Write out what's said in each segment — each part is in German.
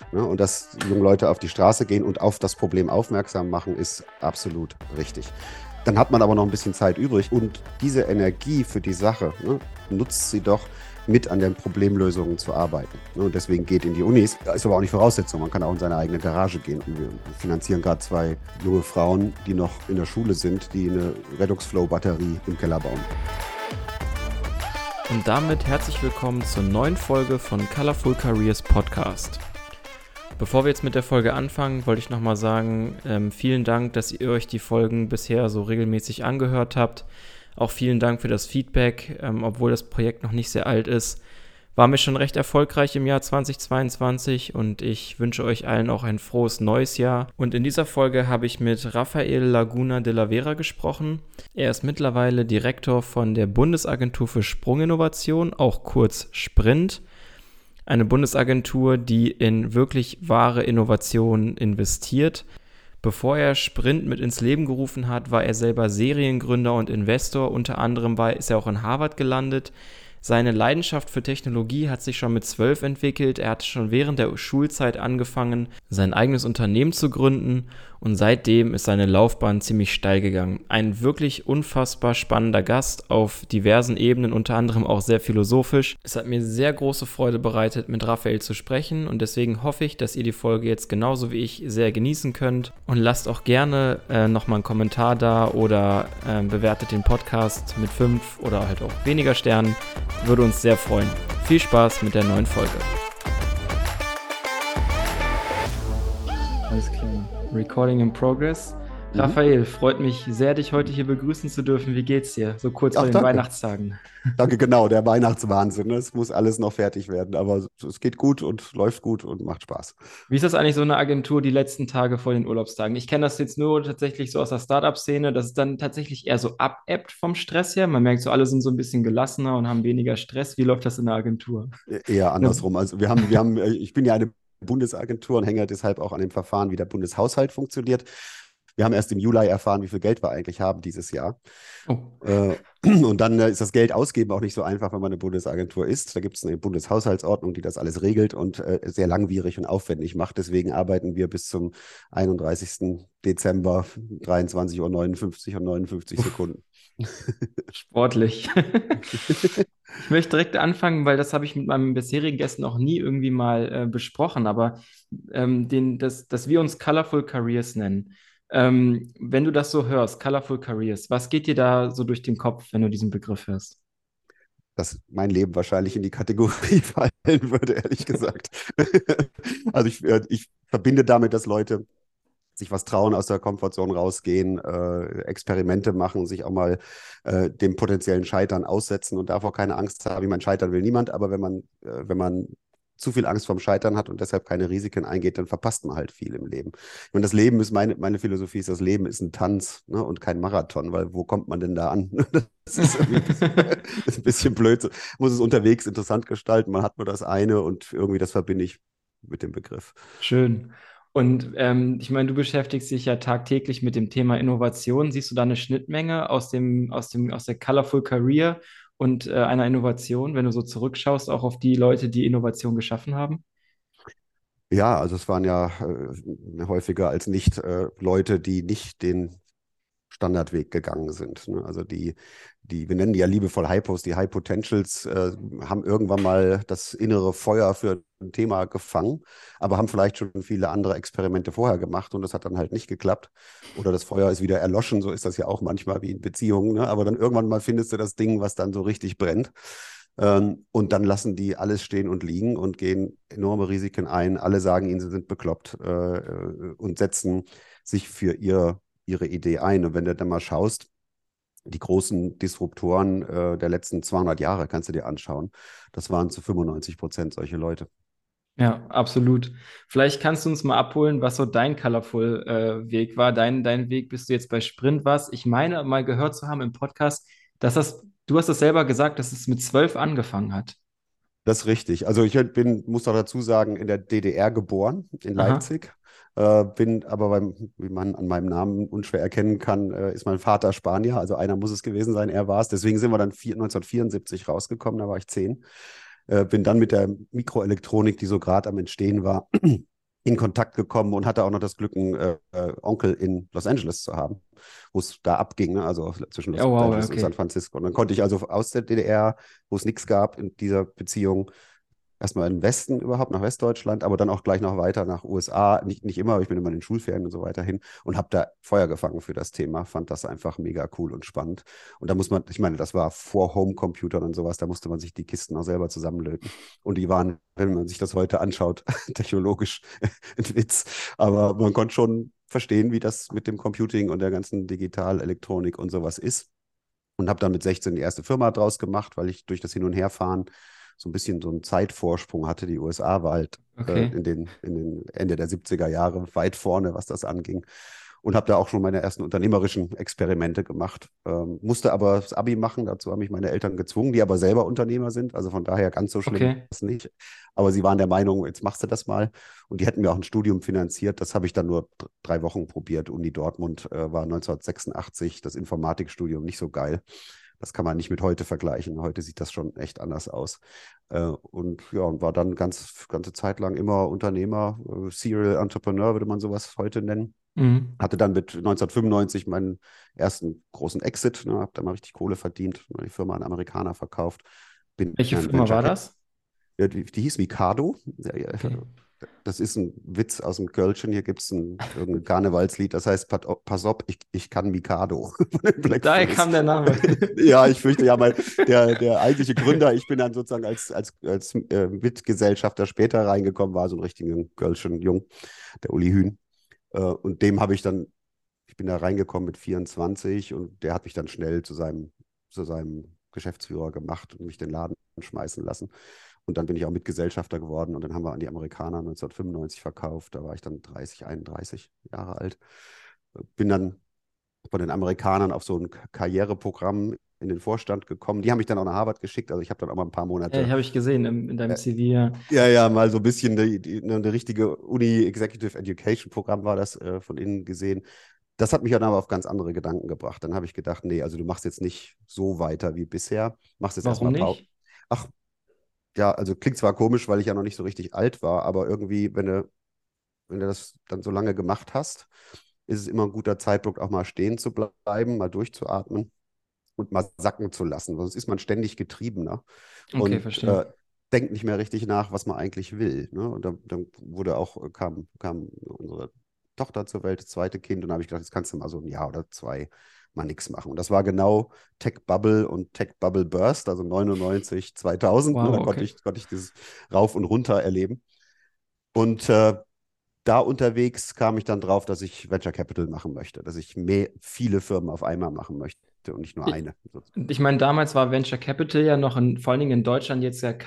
Ne? Und dass junge Leute auf die Straße gehen und auf das Problem aufmerksam machen, ist absolut richtig. Dann hat man aber noch ein bisschen Zeit übrig und diese Energie für die Sache, ne, nutzt sie doch mit an den Problemlösungen zu arbeiten. Ne? Und deswegen geht in die Unis. Da ist aber auch nicht Voraussetzung. Man kann auch in seine eigene Garage gehen. Und wir finanzieren gerade 2 junge Frauen, die noch in der Schule sind, die eine Redox-Flow-Batterie im Keller bauen. Und damit herzlich willkommen zur neuen Folge von Colorful Careers Podcast. Bevor wir jetzt mit der Folge anfangen, wollte ich nochmal sagen, vielen Dank, dass ihr euch die Folgen bisher so regelmäßig angehört habt. Auch vielen Dank für das Feedback, obwohl das Projekt noch nicht sehr alt ist. Waren wir schon recht erfolgreich im Jahr 2022 und ich wünsche euch allen auch ein frohes neues Jahr. Und in dieser Folge habe ich mit Rafael Laguna de la Vera gesprochen. Er ist mittlerweile Direktor von der Bundesagentur für Sprunginnovation, auch kurz Sprint. Eine Bundesagentur, die in wirklich wahre Innovationen investiert. Bevor er Sprint mit ins Leben gerufen hat, war er selber Seriengründer und Investor. Unter anderem ist er auch in Harvard gelandet. Seine Leidenschaft für Technologie hat sich schon mit 12 entwickelt. Er hat schon während der Schulzeit angefangen, sein eigenes Unternehmen zu gründen und seitdem ist seine Laufbahn ziemlich steil gegangen. Ein wirklich unfassbar spannender Gast auf diversen Ebenen, unter anderem auch sehr philosophisch. Es hat mir sehr große Freude bereitet, mit Rafael zu sprechen und deswegen hoffe ich, dass ihr die Folge jetzt genauso wie ich sehr genießen könnt und lasst auch gerne nochmal einen Kommentar da oder bewertet den Podcast mit 5 oder halt auch weniger Sternen. Würde uns sehr freuen. Viel Spaß mit der neuen Folge. Alles klar. Recording in progress. Raphael, freut mich sehr, dich heute hier begrüßen zu dürfen. Wie geht's dir? So kurz vor den Danke. Weihnachtstagen. Danke, genau, der Weihnachtswahnsinn. Ne? Es muss alles noch fertig werden, aber es geht gut und läuft gut und macht Spaß. Wie ist das eigentlich so eine Agentur die letzten Tage vor den Urlaubstagen? Ich kenne das jetzt nur tatsächlich so aus der Startup-Szene, dass es dann tatsächlich eher so abebbt vom Stress her. Man merkt so, alle sind so ein bisschen gelassener und haben weniger Stress. Wie läuft das in der Agentur? Eher andersrum. Also ich bin ja eine Bundesagentur und hänge deshalb auch an dem Verfahren, wie der Bundeshaushalt funktioniert. Wir haben erst im Juli erfahren, wie viel Geld wir eigentlich haben dieses Jahr. Oh. Und dann ist das Geld ausgeben auch nicht so einfach, wenn man eine Bundesagentur ist. Da gibt es eine Bundeshaushaltsordnung, die das alles regelt und sehr langwierig und aufwendig macht. Deswegen arbeiten wir bis zum 31. Dezember 23:59 und 59 Sekunden. Sportlich. Ich möchte direkt anfangen, weil das habe ich mit meinen bisherigen Gästen auch nie irgendwie mal besprochen, aber dass wir uns Colorful Careers nennen. Wenn du das so hörst, Colorful Careers, was geht dir da so durch den Kopf, wenn du diesen Begriff hörst? Dass mein Leben wahrscheinlich in die Kategorie fallen würde, ehrlich gesagt. Also ich verbinde damit, dass Leute sich was trauen, aus der Komfortzone rausgehen, Experimente machen, sich auch mal dem potenziellen Scheitern aussetzen und davor keine Angst haben. Ich meine, scheitern will niemand, aber wenn man zu viel Angst vorm Scheitern hat und deshalb keine Risiken eingeht, dann verpasst man halt viel im Leben. Ich meine, das Leben ist meine Philosophie ist, das Leben ist ein Tanz, ne, und kein Marathon, weil wo kommt man denn da an? Das ist ein bisschen blöd. Man muss es unterwegs interessant gestalten. Man hat nur das eine und irgendwie das verbinde ich mit dem Begriff. Schön. Und ich meine, du beschäftigst dich ja tagtäglich mit dem Thema Innovation. Siehst du da eine Schnittmenge aus der Colorful Career und einer Innovation, wenn du so zurückschaust, auch auf die Leute, die Innovation geschaffen haben? Ja, also es waren ja häufiger als nicht Leute, die nicht den Standardweg gegangen sind. Ne? Also wir nennen die ja liebevoll Hypos, die High Potentials haben irgendwann mal das innere Feuer für ein Thema gefangen, aber haben vielleicht schon viele andere Experimente vorher gemacht und das hat dann halt nicht geklappt. Oder das Feuer ist wieder erloschen, so ist das ja auch manchmal wie in Beziehungen. Ne? Aber dann irgendwann mal findest du das Ding, was dann so richtig brennt. Und dann lassen die alles stehen und liegen und gehen enorme Risiken ein. Alle sagen ihnen, sie sind bekloppt und setzen sich für ihre Idee ein. Und wenn du dann mal schaust, die großen Disruptoren der letzten 200 Jahre kannst du dir anschauen. Das waren zu 95% solche Leute. Ja, absolut. Vielleicht kannst du uns mal abholen, was so dein Colorful Weg war. Dein Weg, bis du jetzt bei Sprint warst. Ich meine, mal gehört zu haben im Podcast, du hast es selber gesagt, dass es mit 12 angefangen hat. Das ist richtig. Also muss doch dazu sagen, in der DDR geboren, in Aha. Leipzig. Bin aber, wie man an meinem Namen unschwer erkennen kann, ist mein Vater Spanier. Also einer muss es gewesen sein, er war es. Deswegen sind wir dann 1974 rausgekommen, da war ich 10. Bin dann mit der Mikroelektronik, die so gerade am Entstehen war, in Kontakt gekommen und hatte auch noch das Glück, einen Onkel in Los Angeles zu haben, wo es da abging, ne? Also zwischen Los Oh, wow, Angeles und San okay. Francisco. Und dann konnte ich also aus der DDR, wo es nichts gab in dieser Beziehung, erstmal in den Westen überhaupt, nach Westdeutschland, aber dann auch gleich noch weiter nach USA. Nicht immer, aber ich bin immer in den Schulferien und so weiter hin und habe da Feuer gefangen für das Thema. Fand das einfach mega cool und spannend. Und da muss man, ich meine, das war vor Homecomputern und sowas, da musste man sich die Kisten auch selber zusammenlöten. Und die waren, wenn man sich das heute anschaut, technologisch ein Witz. Aber man konnte schon verstehen, wie das mit dem Computing und der ganzen Digitalelektronik und sowas ist. Und habe dann mit 16 die erste Firma draus gemacht, weil ich durch das Hin- und Herfahren so ein bisschen so einen Zeitvorsprung hatte. Die USA war halt Okay. in den Ende der 70er Jahre weit vorne, was das anging. Und habe da auch schon meine ersten unternehmerischen Experimente gemacht. Musste aber das Abi machen, dazu haben mich meine Eltern gezwungen, die aber selber Unternehmer sind. Also von daher ganz so schlimm war Okay. es nicht. Aber sie waren der Meinung, jetzt machst du das mal. Und die hätten mir auch ein Studium finanziert. Das habe ich dann nur 3 Wochen probiert. Uni Dortmund war 1986 das Informatikstudium nicht so geil. Das kann man nicht mit heute vergleichen. Heute sieht das schon echt anders aus. Und ja, und war dann ganze Zeit lang immer Unternehmer, Serial Entrepreneur würde man sowas heute nennen. Mhm. Hatte dann mit 1995 meinen ersten großen Exit, ne, habe da mal richtig Kohle verdient, die Firma an Amerikaner verkauft. Bin Welche dann Firma Venture war Cap, das? ja, die hieß Mikado. Ja, ja, Okay. das ist ein Witz aus dem Gölschen. Hier gibt es irgendein Karnevalslied, das heißt, Pass op, ich kann Mikado von den Daher Blackfoes. kam der Name. Ja, ich fürchte ja mal, der eigentliche Gründer, ich bin dann sozusagen als Mitgesellschafter später reingekommen, war so ein richtiger Gölschen Jung, der Uli Hühn. Und dem habe ich dann, ich bin da reingekommen mit 24 und der hat mich dann schnell zu seinem Geschäftsführer gemacht und mich den Laden schmeißen lassen. Und dann bin ich auch Mitgesellschafter geworden und dann haben wir an die Amerikaner 1995 verkauft. Da war ich dann 30, 31 Jahre alt. Bin dann von den Amerikanern auf so ein Karriereprogramm in den Vorstand gekommen. Die haben mich dann auch nach Harvard geschickt. Also ich habe dann auch mal ein paar Ja, Monate, habe ich gesehen in deinem äh, CV. Ja. ja, ja, mal so ein bisschen eine richtige Uni-Executive Education-Programm war das von innen gesehen. Das hat mich dann aber auf ganz andere Gedanken gebracht. Dann habe ich gedacht, nee, also du machst jetzt nicht so weiter wie bisher, machst jetzt Warum erstmal Pause. nicht? Ach, ja, also klingt zwar komisch, weil ich ja noch nicht so richtig alt war, aber irgendwie, wenn du das dann so lange gemacht hast, ist es immer ein guter Zeitpunkt, auch mal stehen zu bleiben, mal durchzuatmen und mal sacken zu lassen. Sonst ist man ständig getriebener Okay, und verstehe. denkt nicht mehr richtig nach, was man eigentlich will. Ne? Und dann kam unsere Tochter zur Welt, das zweite Kind, und da habe ich gedacht, jetzt kannst du mal so ein Jahr oder zwei mal nichts machen. Und das war genau Tech Bubble und Tech Bubble Burst, also 99, 2000. Ne? Wow, Da konnte okay. ich, konnte ich dieses Rauf und Runter erleben. Und da unterwegs kam ich dann drauf, dass ich Venture Capital machen möchte, dass ich viele Firmen auf einmal machen möchte und nicht nur eine. Ich meine, damals war Venture Capital ja noch vor allen Dingen in Deutschland jetzt ja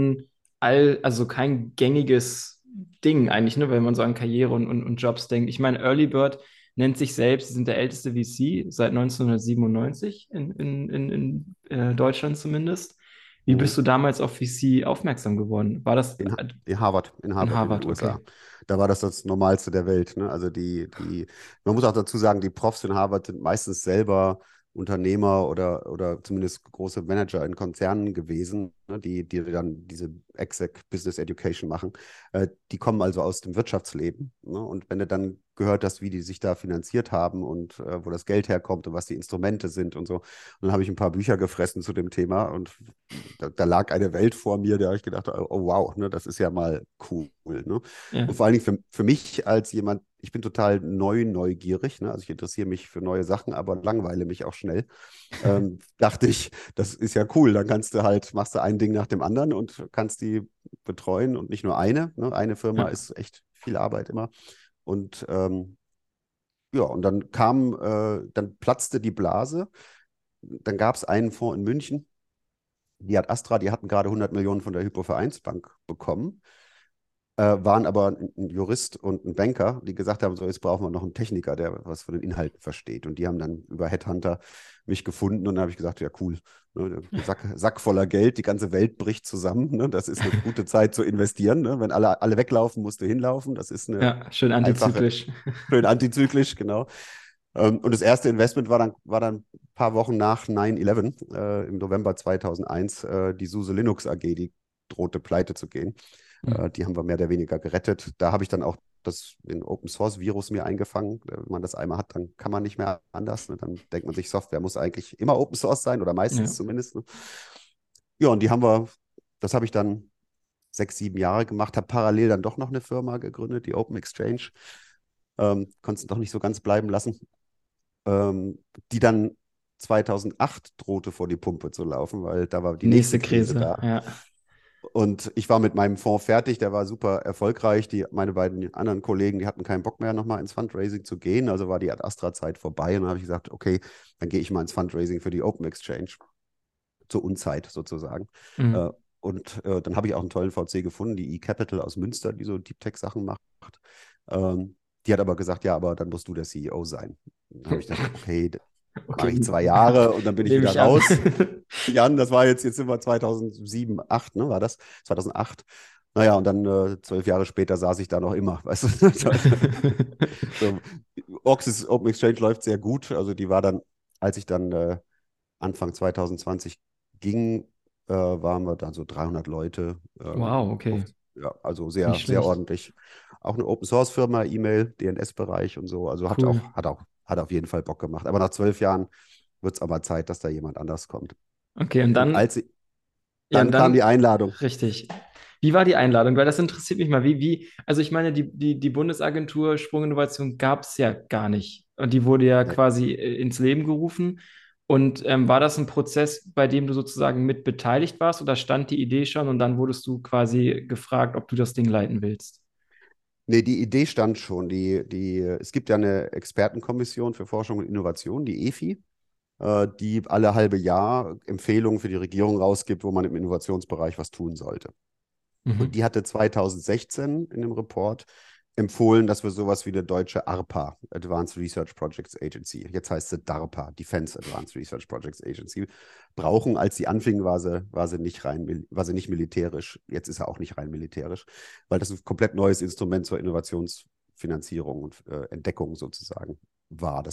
also kein gängiges Ding eigentlich, ne, wenn man so an Karriere und Jobs denkt. Ich meine, Early Bird nennt sich selbst, sie sind der älteste VC seit 1997 in Deutschland zumindest. Wie bist Mhm. du damals auf VC aufmerksam geworden? War das In Harvard, in in Harvard in den Harvard? Okay. USA. Da war das Normalste der Welt. Ne? Also man muss auch dazu sagen, die Profs in Harvard sind meistens selber Unternehmer oder zumindest große Manager in Konzernen gewesen, ne? Die dann diese Exec Business Education machen. Die kommen also aus dem Wirtschaftsleben. Ne? Und wenn du dann gehört hast, wie die sich da finanziert haben und wo das Geld herkommt und was die Instrumente sind und so, und dann habe ich ein paar Bücher gefressen zu dem Thema und da lag eine Welt vor mir, da habe ich gedacht, oh wow, ne, das ist ja mal cool. Ne? Ja. Und vor allen Dingen für mich als jemand, ich bin total neugierig, ne? Also ich interessiere mich für neue Sachen, aber langweile mich auch schnell. Dachte ich, das ist ja cool, dann machst du ein Ding nach dem anderen und kannst die betreuen und nicht nur eine. Ne? Eine Firma Ja. ist echt viel Arbeit immer. Und ja, und dann platzte die Blase. Dann gab es einen Fonds in München, die hatten gerade 100 Millionen von der Hypovereinsbank bekommen, waren aber ein Jurist und ein Banker, die gesagt haben, so, jetzt brauchen wir noch einen Techniker, der was von den Inhalten versteht. Und die haben dann über Headhunter mich gefunden und dann habe ich gesagt, ja cool, ne, Sack voller Geld, die ganze Welt bricht zusammen. Ne, das ist eine gute Zeit zu investieren. Ne, wenn alle weglaufen, musst du hinlaufen. Das ist eine Ja, schön einfache, antizyklisch. schön antizyklisch, genau. Und das erste Investment war dann ein paar Wochen nach 9/11, im November 2001, die SUSE Linux AG, die drohte pleite zu gehen. Hm. Die haben wir mehr oder weniger gerettet. Da habe ich dann auch den Open-Source-Virus mir eingefangen. Wenn man das einmal hat, dann kann man nicht mehr anders. Ne? Dann denkt man sich, Software muss eigentlich immer Open-Source sein oder Ja. meistens zumindest. Ne? Ja, und das habe ich dann 6, 7 Jahre gemacht, habe parallel dann doch noch eine Firma gegründet, die Open Exchange. Konnte es doch nicht so ganz bleiben lassen. Die dann 2008 drohte vor die Pumpe zu laufen, weil da war die nächste Nächste Krise Krise, da. ja. Und ich war mit meinem Fonds fertig, der war super erfolgreich. Meine beiden anderen Kollegen, die hatten keinen Bock mehr, nochmal ins Fundraising zu gehen. Also war die Ad-Astra-Zeit vorbei. Und dann habe ich gesagt, okay, dann gehe ich mal ins Fundraising für die Open Exchange. Zur Unzeit sozusagen. Äh, Mhm. dann habe ich auch einen tollen VC gefunden, die eCapital aus Münster, die so Deep Tech-Sachen macht. Die hat aber gesagt, ja, aber dann musst du der CEO sein. Dann habe ich gedacht, okay, mache Okay. ich 2 Jahre und dann bin ich Nehme wieder ich an. raus. Jan, das war jetzt sind wir 2007, 2008, ne, war das? 2008. Naja, und dann 12 Jahre später saß ich da noch immer. Weißt du? So, Oxys Open Exchange läuft sehr gut. Also die war dann, als ich dann Anfang 2020 ging, waren wir dann so 300 Leute. Wow, okay. Ja, also Nicht sehr, sehr schlecht. ordentlich. Auch eine Open-Source-Firma, E-Mail, DNS-Bereich und so. Also Cool. hat auf jeden Fall Bock gemacht. Aber nach 12 Jahren wird es aber Zeit, dass da jemand anders kommt. Okay, und Und dann, ja, und dann kam die dann, Einladung. richtig. Wie war die Einladung? Weil das interessiert mich mal. Also ich meine, die Bundesagentur Sprunginnovation gab es ja gar nicht. Und die wurde ja Nee. quasi ins Leben gerufen. Und war das ein Prozess, bei dem du sozusagen mit beteiligt warst oder stand die Idee schon und dann wurdest du quasi gefragt, ob du das Ding leiten willst? Nee, die Idee stand schon. Es gibt ja eine Expertenkommission für Forschung und Innovation, die EFI, die alle halbe Jahr Empfehlungen für die Regierung rausgibt, wo man im Innovationsbereich was tun sollte. Und Mhm. die hatte 2016 in dem Report empfohlen, dass wir sowas wie eine deutsche ARPA, Advanced Research Projects Agency, jetzt heißt sie DARPA, Defense Advanced Research Projects Agency, brauchen. Als sie anfing, war sie nicht militärisch. Jetzt ist sie auch nicht rein militärisch, weil das ein komplett neues Instrument zur Innovationsfinanzierung und Entdeckung sozusagen war.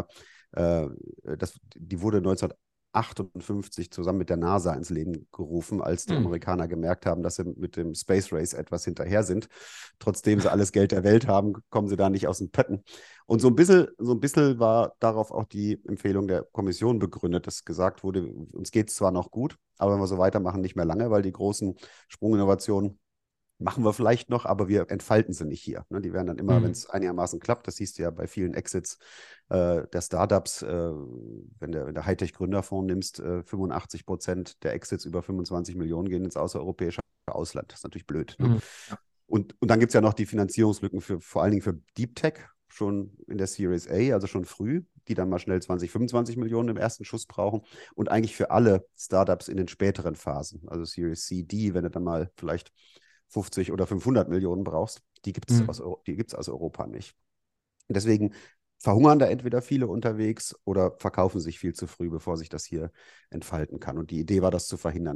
Die wurde 1958 zusammen mit der NASA ins Leben gerufen, als die Mhm. Amerikaner gemerkt haben, dass sie mit dem Space Race etwas hinterher sind. Trotzdem sie alles Geld der Welt haben, kommen sie da nicht aus den Pötten. Und so ein bisschen war darauf auch die Empfehlung der Kommission begründet, dass gesagt wurde, uns geht es zwar noch gut, aber wenn wir so weitermachen, nicht mehr lange, weil die großen Sprunginnovationen machen wir vielleicht noch, aber wir entfalten sie nicht hier. Ne? Die werden dann immer, wenn Mhm. es einigermaßen klappt, das siehst du ja bei vielen Exits der Startups, wenn du Hightech-Gründerfonds nimmst, 85% der Exits über 25 Millionen gehen ins außereuropäische Ausland. Das ist natürlich blöd. Ne? Mhm. Ja. Und dann gibt es ja noch die Finanzierungslücken vor allen Dingen für Deep Tech, schon in der Series A, also schon früh, die dann mal schnell 20, 25 Millionen im ersten Schuss brauchen. Und eigentlich für alle Startups in den späteren Phasen, also Series C, D, wenn du dann mal vielleicht 50 oder 500 Millionen brauchst, Mhm. die gibt's aus Europa nicht. Deswegen verhungern da entweder viele unterwegs oder verkaufen sich viel zu früh, bevor sich das hier entfalten kann. Und die Idee war, das zu verhindern.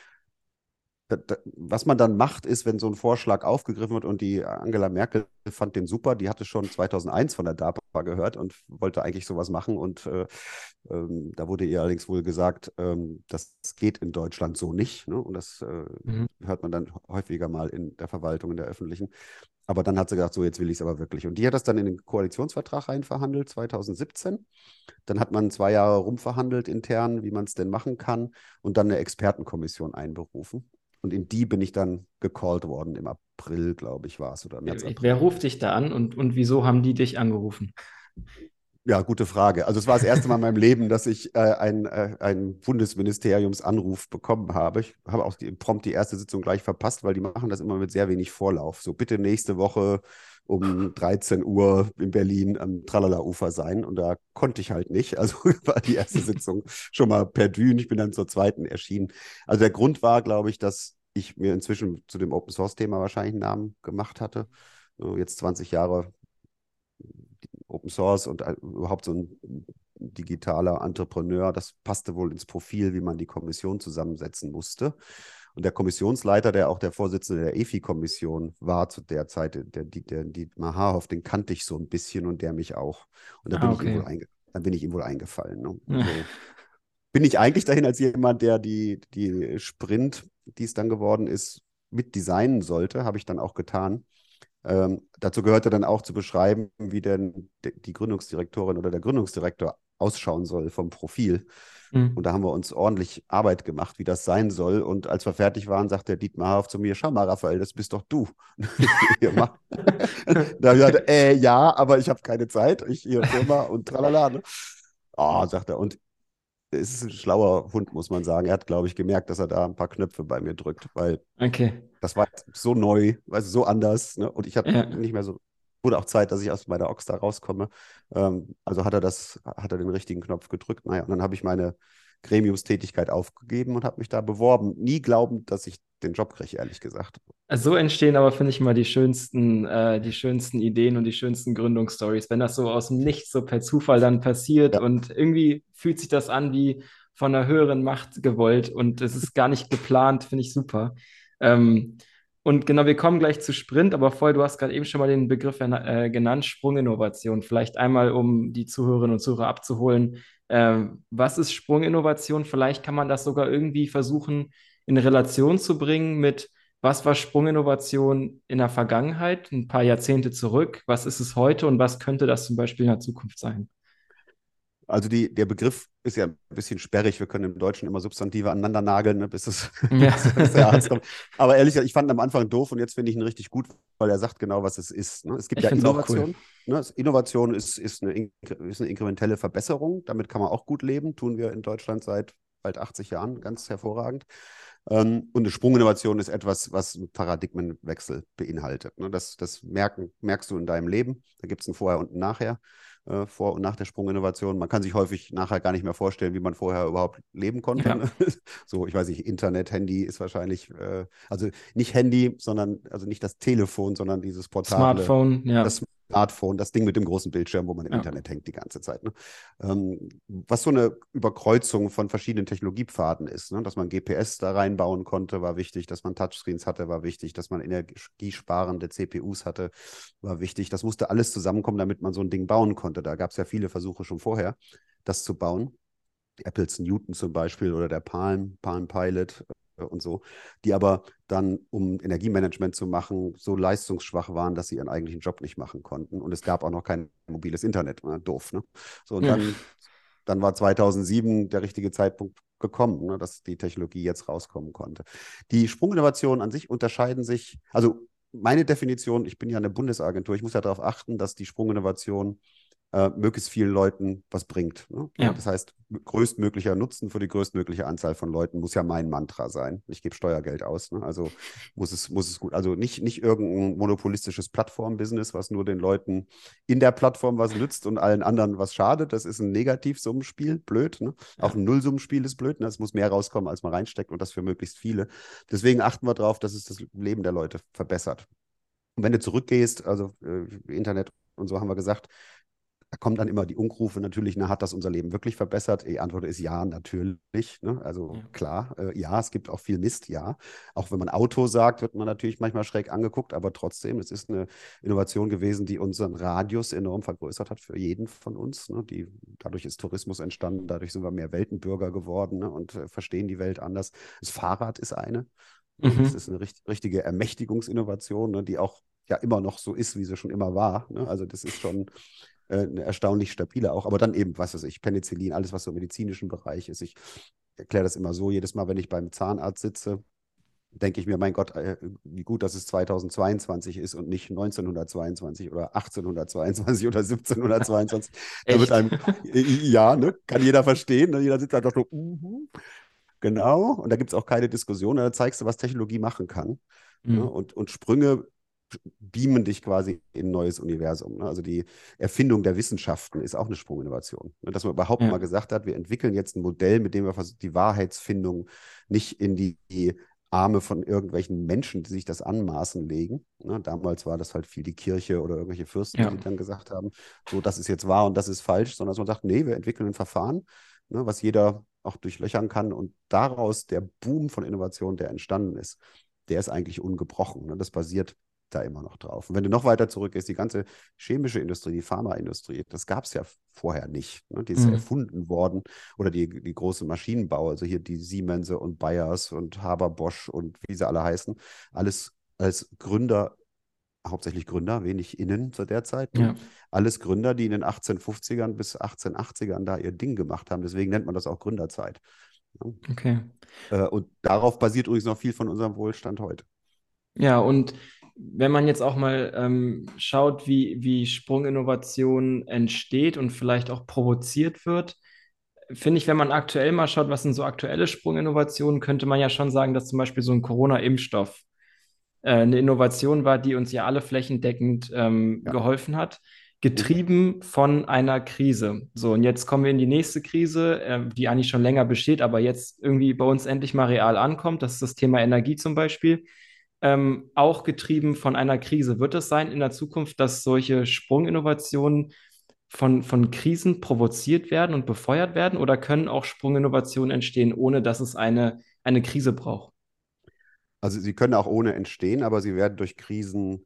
Was man dann macht, ist, wenn so ein Vorschlag aufgegriffen wird und die Angela Merkel fand den super, die hatte schon 2001 von der DARPA gehört und wollte eigentlich sowas machen und da wurde ihr allerdings wohl gesagt, das geht in Deutschland so nicht, ne? Und das Mhm. hört man dann häufiger mal in der Verwaltung, in der öffentlichen. Aber dann hat sie gesagt, so jetzt will ich es aber wirklich. Und die hat das dann in den Koalitionsvertrag reinverhandelt, 2017. Dann hat man 2 Jahre rumverhandelt intern, wie man es denn machen kann und dann eine Expertenkommission einberufen. Und in die bin ich dann gecallt worden im April, glaube ich, war es, oder März, Wer April. ruft dich da an und wieso haben die dich angerufen? Ja, gute Frage. Also es war das erste Mal in meinem Leben, dass ich einen Bundesministeriumsanruf bekommen habe. Ich habe auch prompt die erste Sitzung gleich verpasst, weil die machen das immer mit sehr wenig Vorlauf. So bitte nächste Woche um 13 Uhr in Berlin am Tralala-Ufer sein. Und da konnte ich halt nicht. Also war die erste Sitzung schon mal per Dün. Ich bin dann zur zweiten erschienen. Also der Grund war, glaube ich, dass ich mir inzwischen zu dem Open-Source-Thema wahrscheinlich einen Namen gemacht hatte. So jetzt 20 Jahre Open Source und überhaupt so ein digitaler Entrepreneur, das passte wohl ins Profil, wie man die Kommission zusammensetzen musste. Und der Kommissionsleiter, der auch der Vorsitzende der EFI-Kommission war zu der Zeit, der Dietmar Haarhoff, den kannte ich so ein bisschen und der mich auch. Und Ah, okay. dann bin ich ihm wohl eingefallen. Ne? So bin ich eigentlich dahin als jemand, der die Sprint, die es dann geworden ist, mit designen sollte, habe ich dann auch getan. Dazu gehörte dann auch zu beschreiben, wie denn die Gründungsdirektorin oder der Gründungsdirektor ausschauen soll vom Profil. Und Mhm. da haben wir uns ordentlich Arbeit gemacht, wie das sein soll. Und als wir fertig waren, sagt der Dietmar Haaf zu mir: Schau mal, Raphael, das bist doch du. Hier, mach. Da habe ich gesagt, ja, aber ich habe keine Zeit. Ich hier Firma und tralala. Ne? Oh, sagt er. Und es ist ein schlauer Hund, muss man sagen. Er hat, glaube ich, gemerkt, dass er da ein paar Knöpfe bei mir drückt, weil Okay. das war jetzt so neu, weißt du, so anders. Ne? Und ich habe Ja. nicht mehr so, wurde auch Zeit, dass ich aus meiner Ox da rauskomme. Also hat er den richtigen Knopf gedrückt. Naja, und dann habe ich meine Gremiumstätigkeit aufgegeben und habe mich da beworben. Nie glaubend, dass ich den Job kriege, ehrlich gesagt. So entstehen aber, finde ich, immer die schönsten Ideen und die schönsten Gründungsstories, wenn das so aus dem Nichts, so per Zufall dann passiert Ja, und irgendwie fühlt sich das an wie von einer höheren Macht gewollt und es ist gar nicht geplant, finde ich super. Ähm, und genau, wir kommen gleich zu Sprint, aber vorher, du hast gerade eben schon mal den Begriff genannt, Sprunginnovation. Vielleicht einmal, um die Zuhörerinnen und Zuhörer abzuholen. Was ist Sprunginnovation? Vielleicht kann man das sogar irgendwie versuchen, in Relation zu bringen mit was war Sprunginnovation in der Vergangenheit, ein paar Jahrzehnte zurück? Was ist es heute und was könnte das zum Beispiel in der Zukunft sein? also der Begriff ist ja ein bisschen sperrig. Wir können im Deutschen immer Substantive aneinander nageln, ne, Ja. bis der Arzt kommt. Aber ehrlich gesagt, ich fand ihn am Anfang doof und jetzt finde ich ihn richtig gut, weil er sagt genau, was es ist. Ne? Es gibt Ich ja finde es auch cool. Innovation. Ne? Innovation ist eine inkrementelle Verbesserung. Damit kann man auch gut leben. Tun wir in Deutschland seit bald 80 Jahren ganz hervorragend. Und eine Sprunginnovation ist etwas, was einen Paradigmenwechsel beinhaltet. Ne? Das merkst du in deinem Leben. Da gibt es ein Vorher und ein Nachher, vor und nach der Sprunginnovation. Man kann sich häufig nachher gar nicht mehr vorstellen, wie man vorher überhaupt leben konnte. Ja. Ne? So, ich weiß nicht, Internet, Handy ist wahrscheinlich, also nicht Handy, sondern, also nicht das Telefon, sondern dieses portable, Smartphone, ja. das Smartphone, das Ding mit dem großen Bildschirm, wo man im Ja. Internet hängt die ganze Zeit. Ne? Was so eine Überkreuzung von verschiedenen Technologiepfaden ist, ne? Dass man GPS da reinbauen konnte, war wichtig, dass man Touchscreens hatte, war wichtig, dass man energiesparende CPUs hatte, war wichtig. Das musste alles zusammenkommen, damit man so ein Ding bauen konnte. Da gab es ja viele Versuche schon vorher, das zu bauen. Die Apples Newton zum Beispiel oder der Palm Pilot und so, die aber dann, um Energiemanagement zu machen, so leistungsschwach waren, dass sie ihren eigentlichen Job nicht machen konnten. Und es gab auch noch kein mobiles Internet. Ne? Doof, ne? So, und Ja. dann war 2007 der richtige Zeitpunkt gekommen, ne, dass die Technologie jetzt rauskommen konnte. Die Sprunginnovationen an sich unterscheiden sich, also meine Definition, ich bin ja eine Bundesagentur, ich muss ja darauf achten, dass die Sprunginnovation möglichst vielen Leuten was bringt. Ne? Ja. Das heißt, größtmöglicher Nutzen für die größtmögliche Anzahl von Leuten muss ja mein Mantra sein. Ich gebe Steuergeld aus. Ne? Also muss es gut, also nicht irgendein monopolistisches Plattformbusiness, was nur den Leuten in der Plattform was nützt und allen anderen was schadet. Das ist ein Negativsummenspiel, blöd. Ne? Auch Ja. ein Nullsummenspiel ist blöd. Ne? Es muss mehr rauskommen, als man reinsteckt und das für möglichst viele. Deswegen achten wir darauf, dass es das Leben der Leute verbessert. Und wenn du zurückgehst, also Internet und so haben wir gesagt, da kommen dann immer die Unrufe natürlich, na, hat das unser Leben wirklich verbessert? Die Antwort ist ja, natürlich. Ne? Also Ja. klar, ja, es gibt auch viel Mist, ja. Auch wenn man Auto sagt, wird man natürlich manchmal schräg angeguckt, aber trotzdem, es ist eine Innovation gewesen, die unseren Radius enorm vergrößert hat für jeden von uns. Ne? Dadurch ist Tourismus entstanden, dadurch sind wir mehr Weltenbürger geworden, ne? Und verstehen die Welt anders. Das Fahrrad ist eine. Ne? Das Mhm. ist eine richtige Ermächtigungsinnovation, ne? Die auch ja immer noch so ist, wie sie schon immer war. Ne? Also das ist schon eine erstaunlich stabile auch. Aber dann eben, was weiß ich, Penicillin, alles, was so im medizinischen Bereich ist. Ich erkläre das immer so, jedes Mal, wenn ich beim Zahnarzt sitze, denke ich mir, mein Gott, wie gut, dass es 2022 ist und nicht 1922 oder 1822 oder 1722. Da wird Echt? einem, ja, ne, kann jeder verstehen. Ne? Jeder sitzt da doch so, genau. Und da gibt es auch keine Diskussion. Da zeigst du, was Technologie machen kann. Ne? Mhm. Und Sprünge beamen dich quasi in ein neues Universum. Ne? Also die Erfindung der Wissenschaften ist auch eine Sprunginnovation. Ne? Dass man überhaupt Ja. mal gesagt hat, wir entwickeln jetzt ein Modell, mit dem wir die Wahrheitsfindung nicht in die Arme von irgendwelchen Menschen, die sich das anmaßen, legen. Ne? Damals war das halt viel die Kirche oder irgendwelche Fürsten, Ja. die dann gesagt haben, so, das ist jetzt wahr und das ist falsch, sondern dass man sagt, nee, wir entwickeln ein Verfahren, ne, was jeder auch durchlöchern kann und daraus der Boom von Innovation, der entstanden ist, der ist eigentlich ungebrochen. Ne? Das basiert da immer noch drauf. Und wenn du noch weiter zurückgehst, die ganze chemische Industrie, die Pharmaindustrie, das gab es ja vorher nicht. Ne? Die ist ja Mhm. erfunden worden. Oder die großen Maschinenbau, also hier die Siemens und Bayers und Haber Bosch und wie sie alle heißen, alles als Gründer hauptsächlich Gründer, wenig Innen zu der Zeit. Ne? Ja, Alles Gründer, die in den 1850ern bis 1880ern da ihr Ding gemacht haben. Deswegen nennt man das auch Gründerzeit. Ne? okay. Und darauf basiert übrigens noch viel von unserem Wohlstand heute. Ja, und wenn man jetzt auch mal schaut, wie Sprunginnovation entsteht und vielleicht auch provoziert wird, finde ich, wenn man aktuell mal schaut, was sind so aktuelle Sprunginnovationen, könnte man ja schon sagen, dass zum Beispiel so ein Corona-Impfstoff eine Innovation war, die uns ja alle flächendeckend Ja. geholfen hat, Mhm. getrieben von einer Krise. So, und jetzt kommen wir in die nächste Krise, die eigentlich schon länger besteht, aber jetzt irgendwie bei uns endlich mal real ankommt. Das ist das Thema Energie zum Beispiel. Auch getrieben von einer Krise. Wird es sein in der Zukunft, dass solche Sprunginnovationen von Krisen provoziert werden und befeuert werden? Oder können auch Sprunginnovationen entstehen, ohne dass es eine Krise braucht? Also sie können auch ohne entstehen, aber sie werden durch Krisen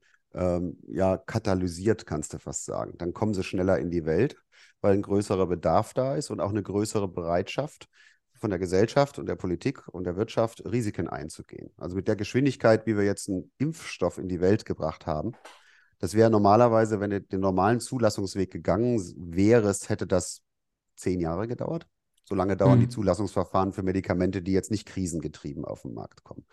ja katalysiert, kannst du fast sagen. Dann kommen sie schneller in die Welt, weil ein größerer Bedarf da ist und auch eine größere Bereitschaft von der Gesellschaft und der Politik und der Wirtschaft, Risiken einzugehen. Also mit der Geschwindigkeit, wie wir jetzt einen Impfstoff in die Welt gebracht haben, das wäre normalerweise, wenn du den normalen Zulassungsweg gegangen wärest, hätte das 10 Jahre gedauert. So lange dauern die Hm. Zulassungsverfahren für Medikamente, die jetzt nicht krisengetrieben auf den Markt kommen.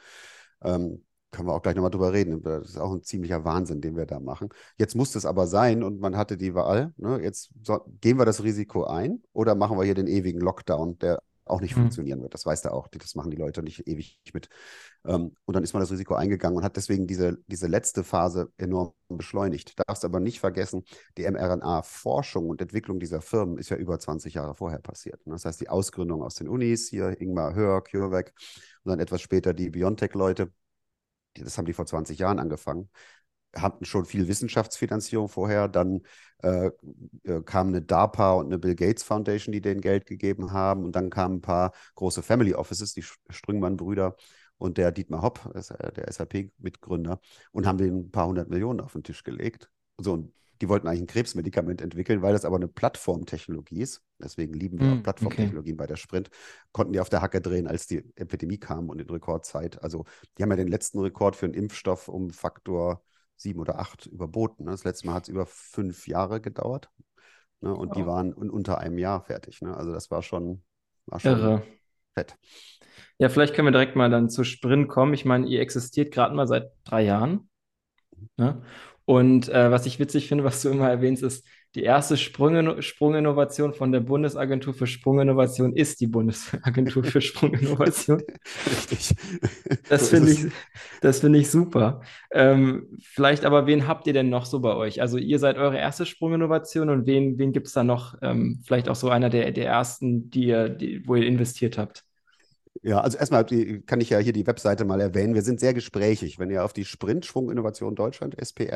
Können wir auch gleich nochmal drüber reden. Das ist auch ein ziemlicher Wahnsinn, den wir da machen. Jetzt muss es aber sein und man hatte die Wahl. Ne? Jetzt gehen wir das Risiko ein oder machen wir hier den ewigen Lockdown, der auch nicht Hm. funktionieren wird. Das weißt du auch. Das machen die Leute nicht ewig mit. Und dann ist man das Risiko eingegangen und hat deswegen diese letzte Phase enorm beschleunigt. Du darfst aber nicht vergessen, die mRNA-Forschung und Entwicklung dieser Firmen ist ja über 20 Jahre vorher passiert. Ne? Das heißt, die Ausgründung aus den Unis, hier Ingmar Hör, CureVac und dann etwas später die BioNTech-Leute, das haben die vor 20 Jahren angefangen, hatten schon viel Wissenschaftsfinanzierung vorher. Dann kam eine DARPA und eine Bill Gates Foundation, die denen Geld gegeben haben. Und dann kamen ein paar große Family Offices, die Strüngmann-Brüder und der Dietmar Hopp, der SAP-Mitgründer, und haben denen ein paar hundert Millionen auf den Tisch gelegt. So, und die wollten eigentlich ein Krebsmedikament entwickeln, weil das aber eine Plattformtechnologie ist. Deswegen lieben wir auch Hm. Okay. Plattformtechnologien bei der Sprint. Konnten die auf der Hacke drehen, als die Epidemie kam und in Rekordzeit. Also die haben ja den letzten Rekord für einen Impfstoff um Faktor 7 oder 8 überboten. Ne? Das letzte Mal hat es über 5 Jahre gedauert. Ne? Und die Oh, waren in unter einem Jahr fertig. Ne? Also das war schon irre. fett. Ja, vielleicht können wir direkt mal dann zu Sprint kommen. Ich meine, ihr existiert gerade mal seit 3 Jahren. Ne? Und was ich witzig finde, was du immer erwähnst, ist, die erste Sprunginnovation von der Bundesagentur für Sprunginnovation ist die Bundesagentur für Sprunginnovation. Richtig. So Das ist finde es. ich, das finde ich super. Vielleicht aber, wen habt ihr denn noch so bei euch? Also ihr seid eure erste Sprunginnovation und wen gibt es da noch? Vielleicht auch so einer der ersten, wo ihr investiert habt. Ja, also erstmal kann ich ja hier die Webseite mal erwähnen. Wir sind sehr gesprächig. Wenn ihr auf die Sprint Schwung Innovation Deutschland,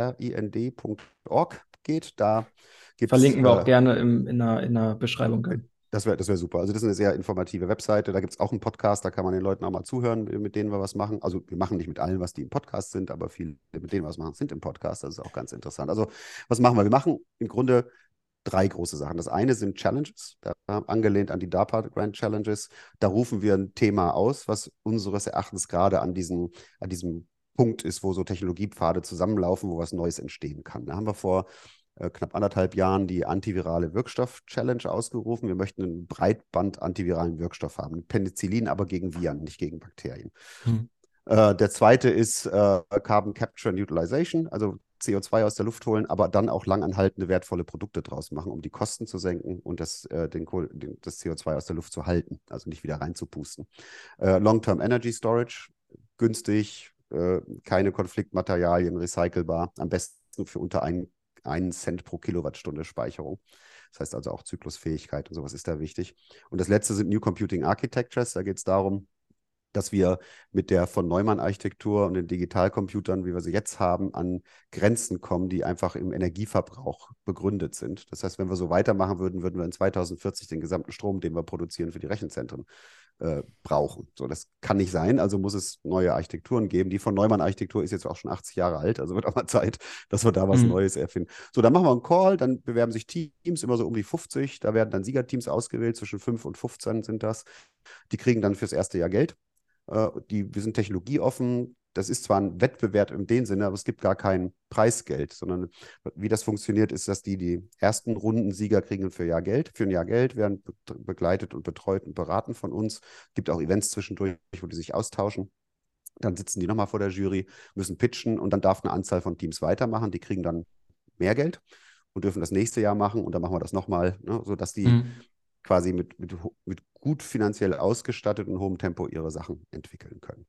sprind.org geht, da gibt es Verlinken wir auch gerne in der Beschreibung. das wär super. Also das ist eine sehr informative Webseite. Da gibt es auch einen Podcast, da kann man den Leuten auch mal zuhören, mit denen wir was machen. Also wir machen nicht mit allen, was die im Podcast sind, aber viele, mit denen wir was machen, sind im Podcast. Das ist auch ganz interessant. Also was machen wir? Wir machen im Grunde drei große Sachen. Das eine sind Challenges, angelehnt an die DARPA Grand Challenges. Da rufen wir ein Thema aus, was unseres Erachtens gerade an diesem Punkt ist, wo so Technologiepfade zusammenlaufen, wo was Neues entstehen kann. Da haben wir vor knapp 1,5 Jahren die antivirale Wirkstoff-Challenge ausgerufen. Wir möchten einen Breitband-antiviralen Wirkstoff haben. Penicillin, aber gegen Viren, nicht gegen Bakterien. Hm. Der zweite ist Carbon Capture and Utilization, also CO2 aus der Luft holen, aber dann auch langanhaltende wertvolle Produkte draus machen, um die Kosten zu senken und das CO2 aus der Luft zu halten, also nicht wieder reinzupusten. Long-Term Energy Storage, günstig, keine Konfliktmaterialien, recycelbar, am besten für unter einen Cent pro Kilowattstunde Speicherung. Das heißt also auch Zyklusfähigkeit und sowas ist da wichtig. Und das letzte sind New Computing Architectures. Da geht es darum, dass wir mit der von Neumann-Architektur und den Digitalcomputern, wie wir sie jetzt haben, an Grenzen kommen, die einfach im Energieverbrauch begründet sind. Das heißt, wenn wir so weitermachen würden, würden wir in 2040 den gesamten Strom, den wir produzieren, für die Rechenzentren brauchen. So, das kann nicht sein, also muss es neue Architekturen geben. Die von Neumann-Architektur ist jetzt auch schon 80 Jahre alt, also wird auch mal Zeit, dass wir da was Hm. Neues erfinden. So, dann machen wir einen Call, dann bewerben sich Teams, immer so um die 50, da werden dann Siegerteams ausgewählt, zwischen 5 und 15 sind das. Die kriegen dann fürs erste Jahr Geld. Wir sind technologieoffen. das ist zwar ein Wettbewerb in dem Sinne, aber es gibt gar kein Preisgeld, sondern wie das funktioniert, ist, dass die ersten Rundensieger kriegen für ein Jahr Geld, werden begleitet und betreut und beraten von uns. Es gibt auch Events zwischendurch, wo die sich austauschen. Dann sitzen die nochmal vor der Jury, müssen pitchen und dann darf eine Anzahl von Teams weitermachen. Die kriegen dann mehr Geld und dürfen das nächste Jahr machen und dann machen wir das nochmal, ne, sodass die Mhm. quasi mit gut finanziell ausgestattet und hohem Tempo ihre Sachen entwickeln können.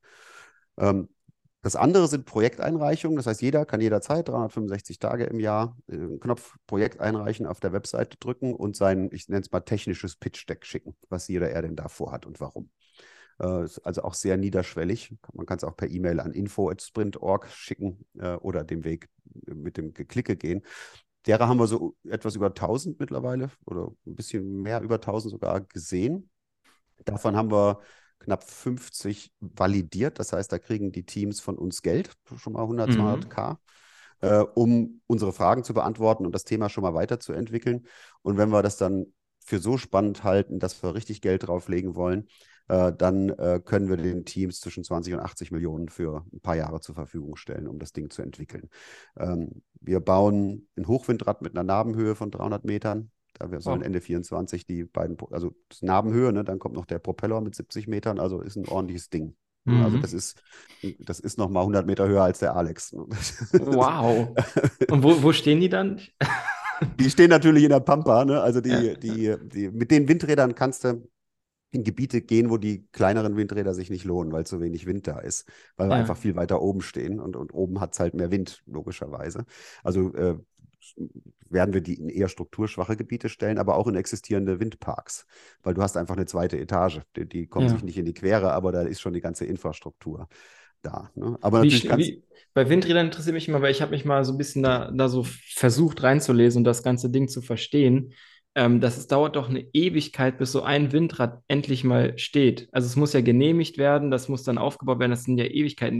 Das andere sind Projekteinreichungen. Das heißt, jeder kann jederzeit 365 Tage im Jahr einen Knopf Projekt einreichen, auf der Webseite drücken und sein, ich nenne es mal technisches Pitch-Deck schicken, was sie oder er denn da vorhat und warum. Ist also auch sehr niederschwellig. Man kann es auch per E-Mail an info@sprint.org schicken oder den Weg mit dem Geklicke gehen. Derer haben wir so etwas über 1000 mittlerweile oder ein bisschen mehr über 1000 sogar gesehen. Davon haben wir knapp 50 validiert. Das heißt, da kriegen die Teams von uns Geld, schon mal 100, Mhm. 200k, um unsere Fragen zu beantworten und das Thema schon mal weiterzuentwickeln. Und wenn wir das dann für so spannend halten, dass wir richtig Geld drauflegen wollen, dann können wir den Teams zwischen 20 und 80 Millionen für ein paar Jahre zur Verfügung stellen, um das Ding zu entwickeln. Wir bauen ein Hochwindrad mit einer Nabenhöhe von 300 Metern. Da sollen Wow. Ende 24 die beiden, also das Nabenhöhe, ne, dann kommt noch der Propeller mit 70 Metern, also ist ein ordentliches Ding. Ne? Also Mhm. das ist noch mal 100 Meter höher als der Alex. Ne? Wow. Und wo stehen die dann? Die stehen natürlich in der Pampa, ne? Also Ja, mit den Windrädern kannst du in Gebiete gehen, wo die kleineren Windräder sich nicht lohnen, weil zu wenig Wind da ist, weil wir einfach ja, viel weiter oben stehen und oben hat es halt mehr Wind, logischerweise. Also werden wir die in eher strukturschwache Gebiete stellen, aber auch in existierende Windparks, weil du hast einfach eine zweite Etage. Die kommen sich ja. nicht in die Quere, aber da ist schon die ganze Infrastruktur da. Ne? Aber Wie, natürlich kannst wie, bei Windrädern interessiert mich immer, weil ich habe mich mal so ein bisschen da so versucht reinzulesen und das ganze Ding zu verstehen. Es dauert doch eine Ewigkeit, bis so ein Windrad endlich mal steht. Also es muss ja genehmigt werden, das muss dann aufgebaut werden, das sind ja Ewigkeiten.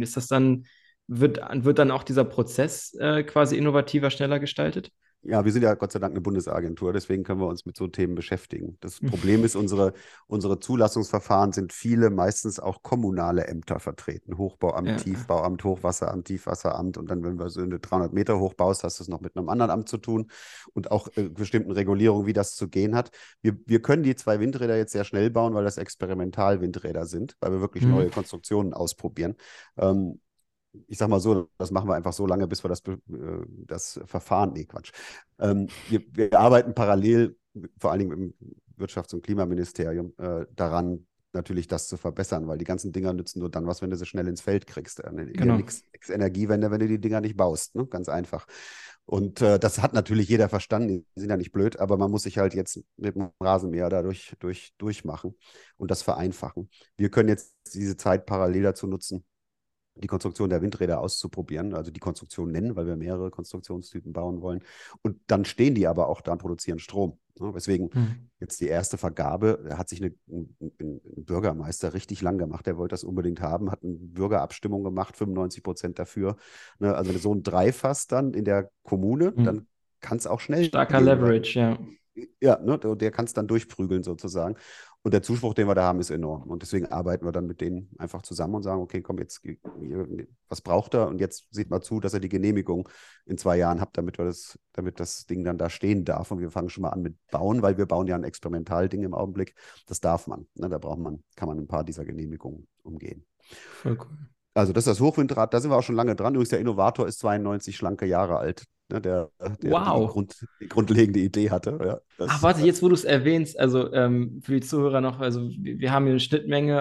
Wird dann auch dieser Prozess quasi innovativer, schneller gestaltet? Ja, wir sind ja Gott sei Dank eine Bundesagentur, deswegen können wir uns mit so Themen beschäftigen. Das Problem ist, unsere Zulassungsverfahren sind viele, meistens auch kommunale Ämter vertreten. Hochbauamt, Ja, Tiefbauamt, Hochwasseramt, Tiefwasseramt. Und dann, wenn du so eine 300 Meter hochbaust, hast du es noch mit einem anderen Amt zu tun und auch bestimmten Regulierungen, wie das zu gehen hat. Wir können die zwei Windräder jetzt sehr schnell bauen, weil das Experimentalwindräder sind, weil wir wirklich neue mhm. Konstruktionen ausprobieren. Ähm, Ich sag mal so, das machen wir einfach so lange, bis wir das Verfahren, nee, Quatsch. Wir arbeiten parallel, vor allen Dingen im Wirtschafts- und Klimaministerium, daran, natürlich das zu verbessern, weil die ganzen Dinger nützen nur dann was, wenn du sie schnell ins Feld kriegst. Hier Genau. nix Energiewende, wenn du die Dinger nicht baust, ne? Ganz einfach. Und das hat natürlich jeder verstanden, die sind ja nicht blöd, aber man muss sich halt jetzt mit dem Rasenmäher durchmachen und das vereinfachen. Wir können jetzt diese Zeit parallel dazu nutzen, die Konstruktion der Windräder auszuprobieren, also die Konstruktion nennen, weil wir mehrere Konstruktionstypen bauen wollen. Und dann stehen die aber auch da und produzieren Strom. Ne? Weswegen Mhm. jetzt die erste Vergabe, da hat sich ein Bürgermeister richtig lang gemacht, der wollte das unbedingt haben, hat eine Bürgerabstimmung gemacht, 95% dafür. Ne? Also wenn du so ein Dreifass dann in der Kommune, dann Mhm. kann es auch schnell Starker gehen, weil Leverage, ja. ja, ne, der kann es dann durchprügeln sozusagen. Und der Zuspruch, den wir da haben, ist enorm. Und deswegen arbeiten wir dann mit denen einfach zusammen und sagen, okay, komm, jetzt, was braucht er? Und jetzt sieht mal zu, dass er die Genehmigung in 2 Jahren hat, damit das Ding dann da stehen darf. Und wir fangen schon mal an mit Bauen, weil wir bauen ja ein Experimentalding im Augenblick. Das darf man. Ne? Kann man ein paar dieser Genehmigungen umgehen. Voll cool. Also das ist das Hochwindrad, da sind wir auch schon lange dran. Übrigens, der Innovator ist 92 schlanke Jahre alt, ne, der Wow. die grundlegende Idee hatte. Ja, Ach, warte, jetzt wo du es erwähnst, also für die Zuhörer noch, also wir haben hier eine Schnittmenge,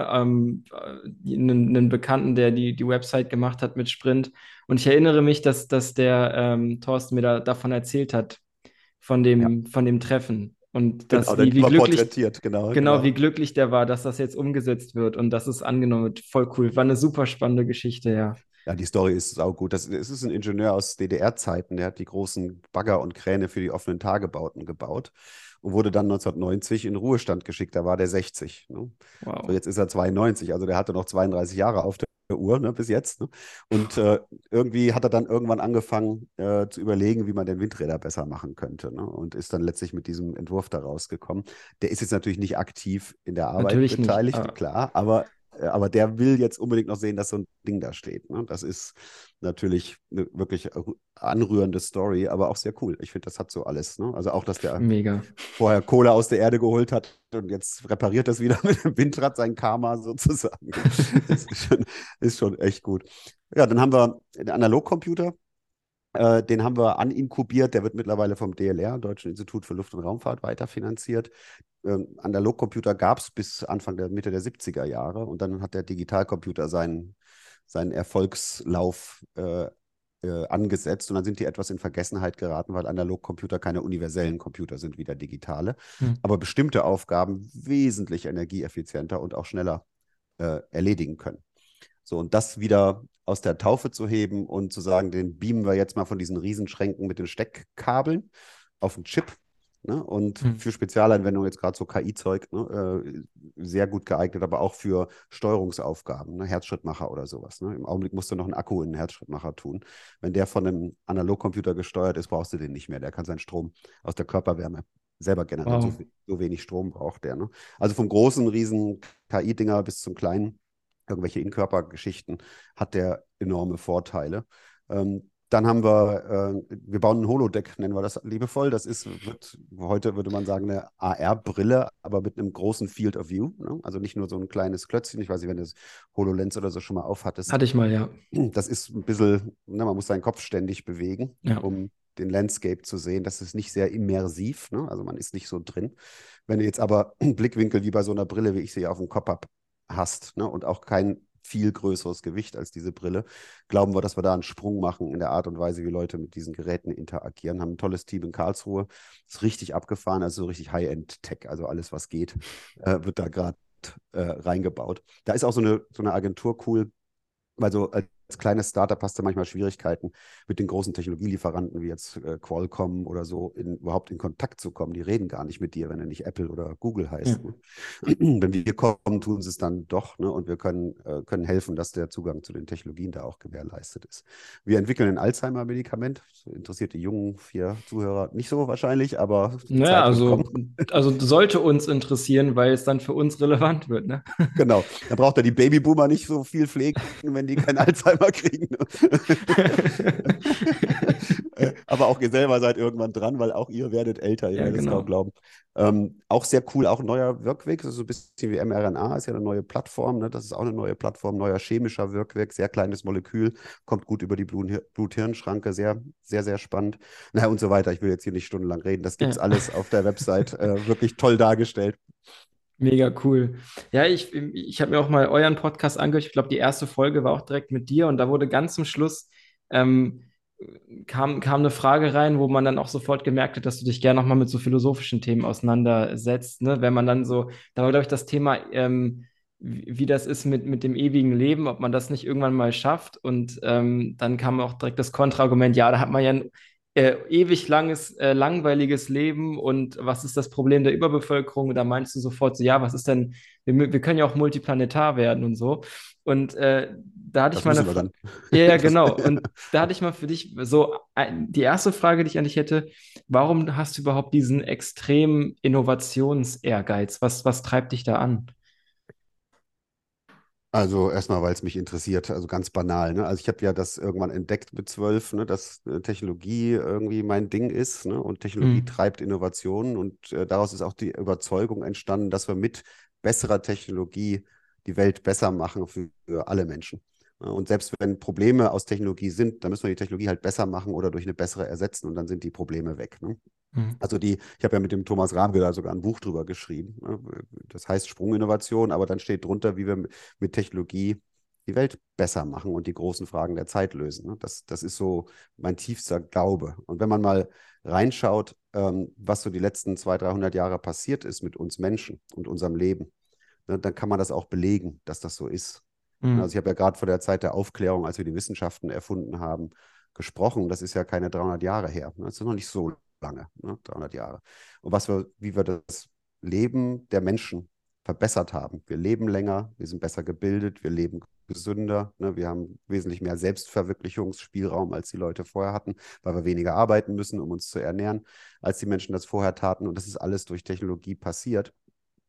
einen Bekannten, der die Website gemacht hat mit Sprint. Und ich erinnere mich, dass der Thorsten mir davon erzählt hat, ja, von dem Treffen. Und genau, dass den wie mal glücklich, porträtiert, genau, genau, wie genau. glücklich der war, dass das jetzt umgesetzt wird und dass es angenommen wird. Voll cool. War eine super spannende Geschichte, ja. Ja, die Story ist saugut. Es ist ein Ingenieur aus DDR-Zeiten, der hat die großen Bagger und Kräne für die offenen Tagebauten gebaut und wurde dann 1990 in Ruhestand geschickt. Da war der 60. Ne? So, Wow. jetzt ist er 92, also der hatte noch 32 Jahre auf der Uhr, ne, bis jetzt. Ne? Und irgendwie hat er dann irgendwann angefangen zu überlegen, wie man den Windräder besser machen könnte. Ne? Und ist dann letztlich mit diesem Entwurf da rausgekommen. Der ist jetzt natürlich nicht aktiv in der Arbeit Natürlich nicht. beteiligt, klar, aber Aber der will jetzt unbedingt noch sehen, dass so ein Ding da steht. Ne? Das ist natürlich eine wirklich anrührende Story, aber auch sehr cool. Ich finde, das hat so alles. Ne? Also auch, dass der Mega. vorher Kohle aus der Erde geholt hat und jetzt repariert das wieder mit dem Windrad, sein Karma sozusagen. Das ist schon echt gut. Ja, dann haben wir den Analogcomputer. Den haben wir aninkubiert. Der wird mittlerweile vom DLR, Deutschen Institut für Luft- und Raumfahrt, weiterfinanziert. Analogcomputer gab es bis Anfang der Mitte der 70er Jahre und dann hat der Digitalcomputer seinen Erfolgslauf angesetzt und dann sind die etwas in Vergessenheit geraten, weil Analogcomputer keine universellen Computer sind wie der digitale, Hm. aber bestimmte Aufgaben wesentlich energieeffizienter und auch schneller erledigen können. So, und das wieder aus der Taufe zu heben und zu sagen, den beamen wir jetzt mal von diesen Riesenschränken mit den Steckkabeln auf den Chip. Ne? Und Hm. für Spezialanwendungen, jetzt gerade so KI-Zeug, ne? Sehr gut geeignet, aber auch für Steuerungsaufgaben, ne? Herzschrittmacher oder sowas. Ne? Im Augenblick musst du noch einen Akku in einen Herzschrittmacher tun. Wenn der von einem Analogcomputer gesteuert ist, brauchst du den nicht mehr. Der kann seinen Strom aus der Körperwärme selber generieren. Wow. So wenig Strom braucht der. Ne? Also vom großen, riesen KI-Dinger bis zum kleinen irgendwelche Inkörpergeschichten, hat der enorme Vorteile. Dann haben wir bauen ein Holodeck, nennen wir das liebevoll. Das heute würde man sagen, eine AR-Brille, aber mit einem großen Field of View. Ne? Also nicht nur so ein kleines Klötzchen. Ich weiß nicht, wenn du das HoloLens oder so schon mal aufhattest. Hatte ich mal, ja. Das ist ein bisschen, ne, man muss seinen Kopf ständig bewegen, Ja. um den Landscape zu sehen. Das ist nicht sehr immersiv, ne? Also man ist nicht so drin. Wenn du jetzt aber einen Blickwinkel wie bei so einer Brille, wie ich sie auf dem Kopf habe, hast, ne, und auch kein viel größeres Gewicht als diese Brille, glauben wir, dass wir da einen Sprung machen in der Art und Weise, wie Leute mit diesen Geräten interagieren. Haben ein tolles Team in Karlsruhe, ist richtig abgefahren, also so richtig High-End-Tech, also alles, was geht, wird da gerade reingebaut. Da ist auch so eine Agentur cool, weil so als kleines Startup hast du manchmal Schwierigkeiten, mit den großen Technologielieferanten wie jetzt Qualcomm oder so überhaupt in Kontakt zu kommen. Die reden gar nicht mit dir, wenn du nicht Apple oder Google Ja. heißt. Ne? Wenn wir kommen, tun sie es dann doch, ne? Und wir können helfen, dass der Zugang zu den Technologien da auch gewährleistet ist. Wir entwickeln ein Alzheimer-Medikament. Das interessiert die jungen 4 Zuhörer nicht so wahrscheinlich, aber die Naja, Zeit wird kommen. also sollte uns interessieren, weil es dann für uns relevant wird, ne? Genau. Da braucht er die Babyboomer nicht so viel pflegen, wenn die kein Alzheimer kriegen. Ne? Aber auch ihr selber seid irgendwann dran, weil auch ihr werdet älter, ihr Ja, werdet es kaum genau. glauben. Auch sehr cool, auch ein neuer Wirkweg, das ist so ein bisschen wie mRNA, ist ja eine neue Plattform, ne? Das ist auch eine neue Plattform, neuer chemischer Wirkweg, sehr kleines Molekül, kommt gut über die Blut-Hirn-Schranke, sehr, sehr, sehr spannend. Naja, und so weiter. Ich will jetzt hier nicht stundenlang reden, das gibt es Ja. alles auf der Website, wirklich toll dargestellt. Mega cool. Ja, ich habe mir auch mal euren Podcast angehört. Ich glaube, die erste Folge war auch direkt mit dir und da wurde ganz zum Schluss ähm, kam eine Frage rein, wo man dann auch sofort gemerkt hat, dass du dich gerne nochmal mit so philosophischen Themen auseinandersetzt, ne? Wenn man dann so, da war, glaube ich, das Thema, wie das ist mit dem ewigen Leben, ob man das nicht irgendwann mal schafft. Und dann kam auch direkt das Kontraargument, ja, da hat man ja ein ewig langes, langweiliges Leben und was ist das Problem der Überbevölkerung? Und da meinst du sofort so, ja, was ist denn, wir können ja auch multiplanetar werden und so. Und da hatte ich Das mal müssen wir dann. ja, ja, Das, genau. Und da hatte ich mal für dich so die erste Frage, die ich an dich hätte, warum hast du überhaupt diesen extremen Innovations-Ehrgeiz? Was treibt dich da an? Also erstmal, weil es mich interessiert, also ganz banal. Ne? Also ich habe ja das irgendwann entdeckt mit 12, ne, dass Technologie irgendwie mein Ding ist, ne? Und Technologie Hm. treibt Innovationen und daraus ist auch die Überzeugung entstanden, dass wir mit besserer Technologie die Welt besser machen für alle Menschen. Ne? Und selbst wenn Probleme aus Technologie sind, dann müssen wir die Technologie halt besser machen oder durch eine bessere ersetzen und dann sind die Probleme weg. Ne? Hm. Also ich habe ja mit dem Thomas Ramke da sogar ein Buch drüber geschrieben. Ne? Das heißt Sprunginnovation, aber dann steht drunter, wie wir mit Technologie die Welt besser machen und die großen Fragen der Zeit lösen. Ne? Das ist so mein tiefster Glaube. Und wenn man mal reinschaut, was so die letzten 200, 300 Jahre passiert ist mit uns Menschen und unserem Leben, ne, dann kann man das auch belegen, dass das so ist. Also Hm. ich habe ja gerade vor der Zeit der Aufklärung, als wir die Wissenschaften erfunden haben, gesprochen. Das ist ja keine 300 Jahre her. Ne? Das ist noch nicht so lange, ne? 300 Jahre. Und wie wir das Leben der Menschen verbessert haben. Wir leben länger, wir sind besser gebildet, wir leben gesünder, ne? Wir haben wesentlich mehr Selbstverwirklichungsspielraum, als die Leute vorher hatten, weil wir weniger arbeiten müssen, um uns zu ernähren, als die Menschen das vorher taten. Und das ist alles durch Technologie passiert.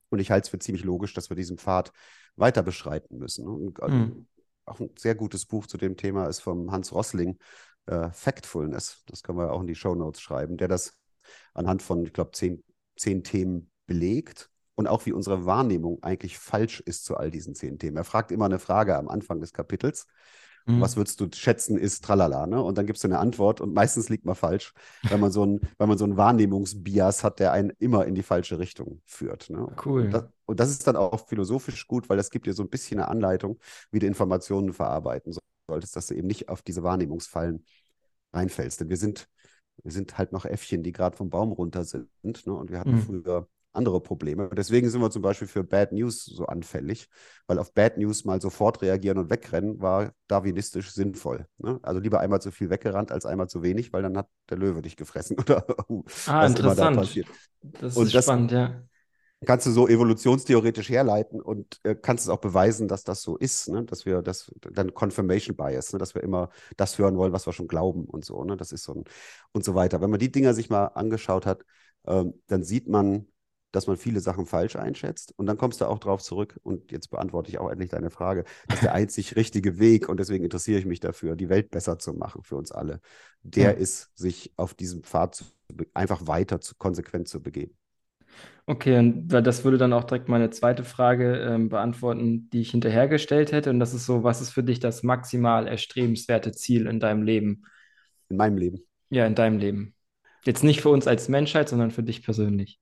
Und ich halte es für ziemlich logisch, dass wir diesen Pfad weiter beschreiten müssen. Ne? Und Hm. auch ein sehr gutes Buch zu dem Thema ist vom Hans Rosling, Factfulness. Das können wir auch in die Shownotes schreiben, der das anhand von, ich glaube, 10 Themen belegt und auch wie unsere Wahrnehmung eigentlich falsch ist zu all diesen 10 Themen. Er fragt immer eine Frage am Anfang des Kapitels. Was Hm. würdest du schätzen, ist tralala, ne? Und dann gibst du eine Antwort und meistens liegt man falsch, weil man so einen Wahrnehmungsbias hat, der einen immer in die falsche Richtung führt. Ne? Cool. Und das ist dann auch philosophisch gut, weil das gibt dir so ein bisschen eine Anleitung, wie du Informationen verarbeiten solltest, dass du eben nicht auf diese Wahrnehmungsfallen reinfällst. Denn wir sind halt noch Äffchen, die gerade vom Baum runter sind. Ne? Und wir hatten Hm. früher andere Probleme. Deswegen sind wir zum Beispiel für Bad News so anfällig, weil auf Bad News mal sofort reagieren und wegrennen war darwinistisch sinnvoll. Ne? Also lieber einmal zu viel weggerannt als einmal zu wenig, weil dann hat der Löwe dich gefressen oder Ah, was immer da interessant. passiert. Das ist Und das spannend, ja. kannst du so evolutionstheoretisch herleiten und kannst es auch beweisen, dass das so ist, ne? Dass wir das dann Confirmation Bias, ne? Dass wir immer das hören wollen, was wir schon glauben und so, ne? Das ist so ein und so weiter. Wenn man die Dinger sich mal angeschaut hat, dann sieht man, dass man viele Sachen falsch einschätzt und dann kommst du auch drauf zurück und jetzt beantworte ich auch endlich deine Frage, dass der einzig richtige Weg und deswegen interessiere ich mich dafür, die Welt besser zu machen für uns alle, der Ja. ist, sich auf diesem Pfad einfach weiter konsequent zu begeben. Okay, und das würde dann auch direkt meine zweite Frage beantworten, die ich hinterhergestellt hätte. Und das ist so, was ist für dich das maximal erstrebenswerte Ziel in deinem Leben? In meinem Leben. Ja, in deinem Leben. Jetzt nicht für uns als Menschheit, sondern für dich persönlich.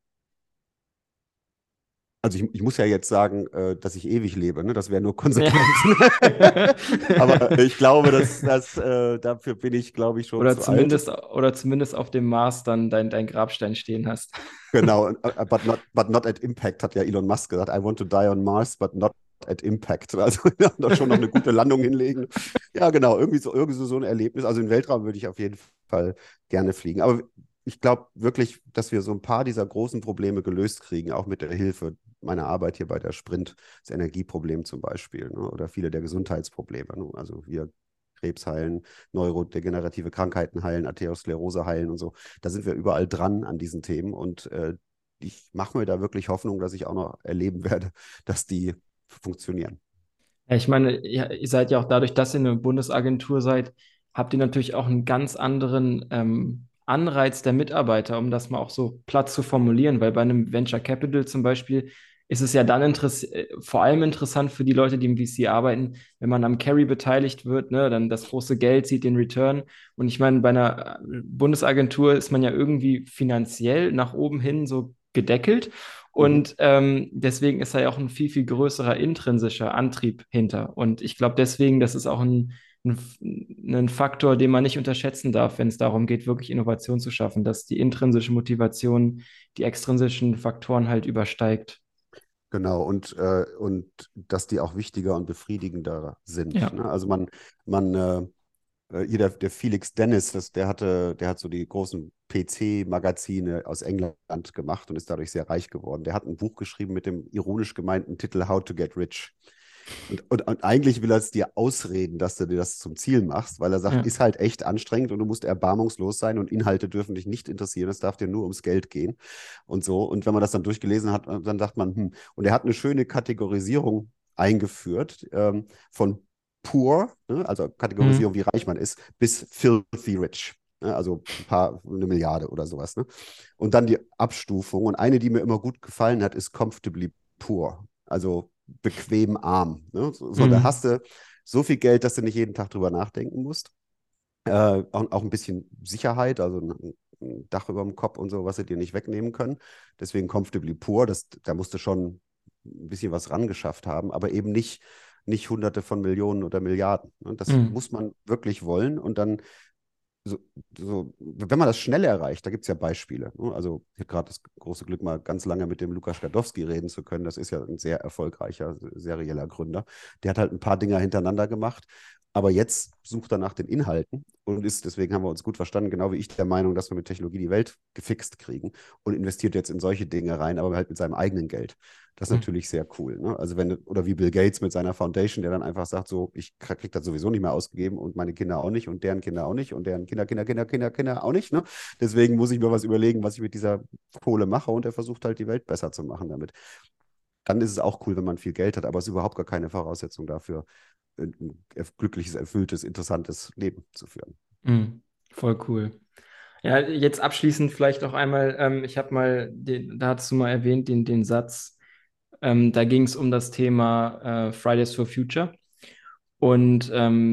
Also ich muss ja jetzt sagen, dass ich ewig lebe, ne? Das wäre nur Ja. konsequent. Aber ich glaube, dafür bin ich, glaube ich, schon zu alt. Oder zumindest auf dem Mars dann dein Grabstein stehen hast. Genau, but not at impact, hat ja Elon Musk gesagt. I want to die on Mars, but not at impact. Also doch schon noch eine gute Landung hinlegen. Ja, genau, irgendwie so ein Erlebnis. Also im Weltraum würde ich auf jeden Fall gerne fliegen. Aber ich glaube wirklich, dass wir so ein paar dieser großen Probleme gelöst kriegen, auch mit der Hilfe meiner Arbeit hier bei der Sprint, das Energieproblem zum Beispiel, ne? Oder viele der Gesundheitsprobleme. Ne? Also wir Krebs heilen, neurodegenerative Krankheiten heilen, Arteriosklerose heilen und so. Da sind wir überall dran an diesen Themen und ich mache mir da wirklich Hoffnung, dass ich auch noch erleben werde, dass die funktionieren. Ja, ich meine, ihr seid ja auch dadurch, dass ihr eine Bundesagentur seid, habt ihr natürlich auch einen ganz anderen Anreiz der Mitarbeiter, um das mal auch so platt zu formulieren, weil bei einem Venture Capital zum Beispiel ist es ja dann vor allem interessant für die Leute, die im VC arbeiten, wenn man am Carry beteiligt wird, ne, dann das große Geld sieht den Return. Und ich meine, bei einer Bundesagentur ist man ja irgendwie finanziell nach oben hin so gedeckelt. Mhm. Und deswegen ist da ja auch ein viel, viel größerer intrinsischer Antrieb hinter. Und ich glaube deswegen, das ist auch ein Faktor, den man nicht unterschätzen darf, wenn es darum geht, wirklich Innovation zu schaffen, dass die intrinsische Motivation die extrinsischen Faktoren halt übersteigt. Genau, und dass die auch wichtiger und befriedigender sind. Ja, Ne? Also hier der Felix Dennis, der hat so die großen PC-Magazine aus England gemacht und ist dadurch sehr reich geworden. Der hat ein Buch geschrieben mit dem ironisch gemeinten Titel How to Get Rich. Und eigentlich will er es dir ausreden, dass du dir das zum Ziel machst, weil er sagt, ja. ist halt echt anstrengend und du musst erbarmungslos sein und Inhalte dürfen dich nicht interessieren, es darf dir nur ums Geld gehen und so. Und wenn man das dann durchgelesen hat, dann sagt man, und er hat eine schöne Kategorisierung eingeführt von poor, ne, also Kategorisierung, Mhm. wie reich man ist, bis filthy rich. Ne, also eine Milliarde oder sowas. Ne? Und dann die Abstufung. Und eine, die mir immer gut gefallen hat, ist comfortably poor. Also bequem arm. Ne? Da Mhm. hast du so viel Geld, dass du nicht jeden Tag drüber nachdenken musst. Auch ein bisschen Sicherheit, also ein Dach über dem Kopf und so, was sie dir nicht wegnehmen können. Deswegen comfortably poor, da musst du schon ein bisschen was rangeschafft haben, aber eben nicht Hunderte von Millionen oder Milliarden. Ne? Das Mhm. muss man wirklich wollen und dann so, wenn man das schnell erreicht, da gibt es ja Beispiele. Ne? Also ich habe gerade das große Glück, mal ganz lange mit dem Lukas Skadowski reden zu können. Das ist ja ein sehr erfolgreicher, serieller Gründer. Der hat halt ein paar Dinger hintereinander gemacht, aber jetzt sucht er nach den Inhalten und deswegen haben wir uns gut verstanden, genau wie ich der Meinung, dass wir mit Technologie die Welt gefixt kriegen und investiert jetzt in solche Dinge rein, aber halt mit seinem eigenen Geld. Das ist Mhm. natürlich sehr cool. Ne? Also oder wie Bill Gates mit seiner Foundation, der dann einfach sagt, so, ich krieg das sowieso nicht mehr ausgegeben und meine Kinder auch nicht und deren Kinder auch nicht und deren Kinder auch nicht. Ne? Deswegen muss ich mir was überlegen, was ich mit dieser Kohle mache und er versucht halt die Welt besser zu machen damit. dann ist es auch cool, wenn man viel Geld hat, aber es ist überhaupt gar keine Voraussetzung dafür, ein glückliches, erfülltes, interessantes Leben zu führen. Mhm. Voll cool. Ja, jetzt abschließend vielleicht noch einmal, ich habe mal, da hast du mal erwähnt, den Satz, da ging es um das Thema Fridays for Future. Und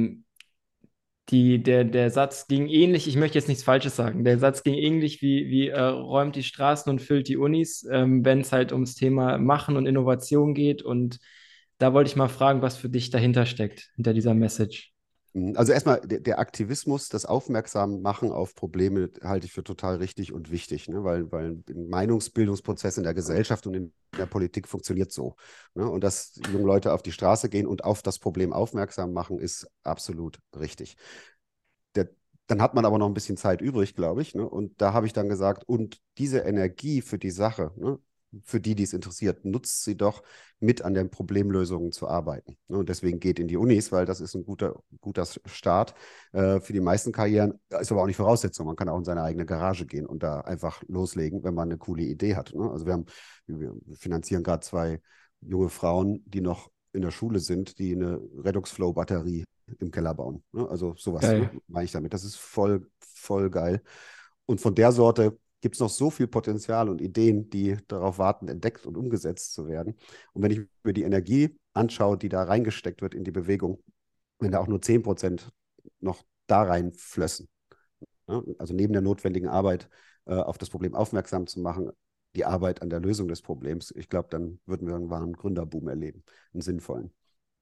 der Satz ging ähnlich, ich möchte jetzt nichts Falsches sagen, der Satz ging ähnlich wie räumt die Straßen und füllt die Unis, wenn es halt ums Thema Machen und Innovation geht. Und da wollte ich mal fragen, was für dich dahinter steckt, hinter dieser Message. Also erstmal der Aktivismus, das Aufmerksammachen auf Probleme halte ich für total richtig und wichtig, ne? Weil ein Meinungsbildungsprozess in der Gesellschaft und in der Politik funktioniert so. Ne? Und dass junge Leute auf die Straße gehen und auf das Problem aufmerksam machen, ist absolut richtig. Der, Dann hat man aber noch ein bisschen Zeit übrig, glaube ich. Ne? Und da habe ich dann gesagt, und diese Energie für die Sache, ne? Für die, die es interessiert, nutzt sie doch, mit an den Problemlösungen zu arbeiten. Ne? Und deswegen geht in die Unis, weil das ist ein guter Start für die meisten Karrieren. Ist aber auch nicht Voraussetzung. Man kann auch in seine eigene Garage gehen und da einfach loslegen, wenn man eine coole Idee hat. Ne? Also wir finanzieren gerade 2 junge Frauen, die noch in der Schule sind, die eine Redox-Flow-Batterie im Keller bauen. Ne? Also sowas, ne? Geil. Meine ich damit. Das ist voll geil. Und von der Sorte gibt es noch so viel Potenzial und Ideen, die darauf warten, entdeckt und umgesetzt zu werden. Und wenn ich mir die Energie anschaue, die da reingesteckt wird in die Bewegung, wenn da auch nur 10% noch da reinflössen, ne? Also neben der notwendigen Arbeit auf das Problem aufmerksam zu machen, die Arbeit an der Lösung des Problems, ich glaube, dann würden wir irgendwann einen Gründerboom erleben, einen sinnvollen.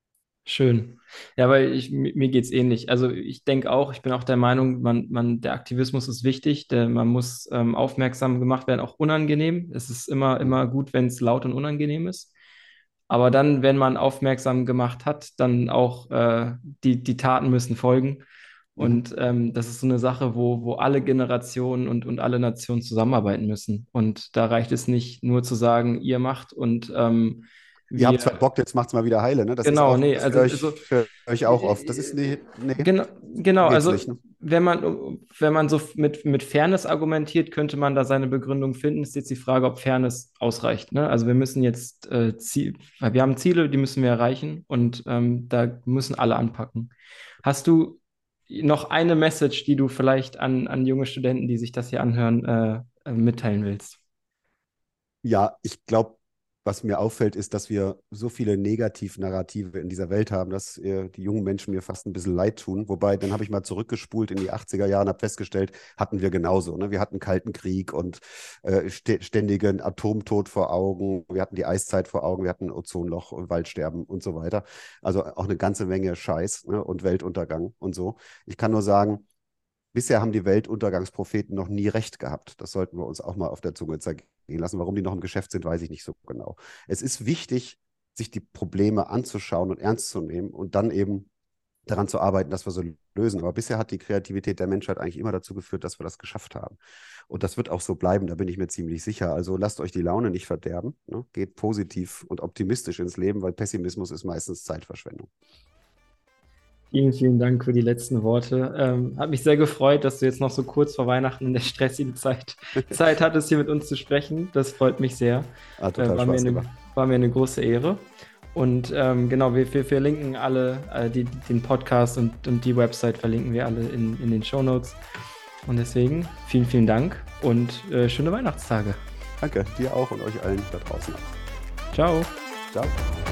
Schön. Ja, weil mir geht es ähnlich. Also ich denke auch, ich bin auch der Meinung, der Aktivismus ist wichtig, man muss aufmerksam gemacht werden, auch unangenehm. Es ist immer gut, wenn es laut und unangenehm ist. Aber dann, wenn man aufmerksam gemacht hat, dann auch die Taten müssen folgen. Mhm. Und das ist so eine Sache, wo alle Generationen und alle Nationen zusammenarbeiten müssen. Und da reicht es nicht nur zu sagen, ihr macht und Ihr habt wir. zwar Bock, jetzt macht's mal wieder heile, ne? Das ist Genau, auch, nee, das höre ich auch oft. Das ist, nee, genau, so geht's also nicht, ne? wenn man so mit Fairness argumentiert, könnte man da seine Begründung finden. Ist jetzt die Frage, ob Fairness ausreicht, ne? Also wir müssen jetzt weil wir haben Ziele, die müssen wir erreichen und da müssen alle anpacken. Hast du noch eine Message, die du vielleicht an junge Studenten, die sich das hier anhören, mitteilen willst? Ja, ich glaube, was mir auffällt, ist, dass wir so viele Negativnarrative in dieser Welt haben, dass die jungen Menschen mir fast ein bisschen leid tun. Wobei, dann habe ich mal zurückgespult in die 80er Jahre und habe festgestellt, hatten wir genauso. Ne? Wir hatten Kalten Krieg und ständigen Atomtod vor Augen. Wir hatten die Eiszeit vor Augen. Wir hatten Ozonloch und Waldsterben und so weiter. Also auch eine ganze Menge Scheiß, ne? Und Weltuntergang und so. Ich kann nur sagen, bisher haben die Weltuntergangspropheten noch nie recht gehabt. Das sollten wir uns auch mal auf der Zunge zergehen lassen. Warum die noch im Geschäft sind, weiß ich nicht so genau. Es ist wichtig, sich die Probleme anzuschauen und ernst zu nehmen und dann eben daran zu arbeiten, dass wir so lösen. Aber bisher hat die Kreativität der Menschheit eigentlich immer dazu geführt, dass wir das geschafft haben. Und das wird auch so bleiben, da bin ich mir ziemlich sicher. Also lasst euch die Laune nicht verderben, ne? Geht positiv und optimistisch ins Leben, weil Pessimismus ist meistens Zeitverschwendung. Vielen, vielen Dank für die letzten Worte. Hat mich sehr gefreut, dass du jetzt noch so kurz vor Weihnachten in der stressigen Zeit hattest, hier mit uns zu sprechen. Das freut mich sehr. Hat total Spaß gemacht. War mir eine große Ehre. Und genau, wir verlinken alle den Podcast und die Website verlinken wir alle in den Shownotes. Und deswegen vielen, vielen Dank und schöne Weihnachtstage. Danke, dir auch und euch allen da draußen auch. Ciao. Ciao.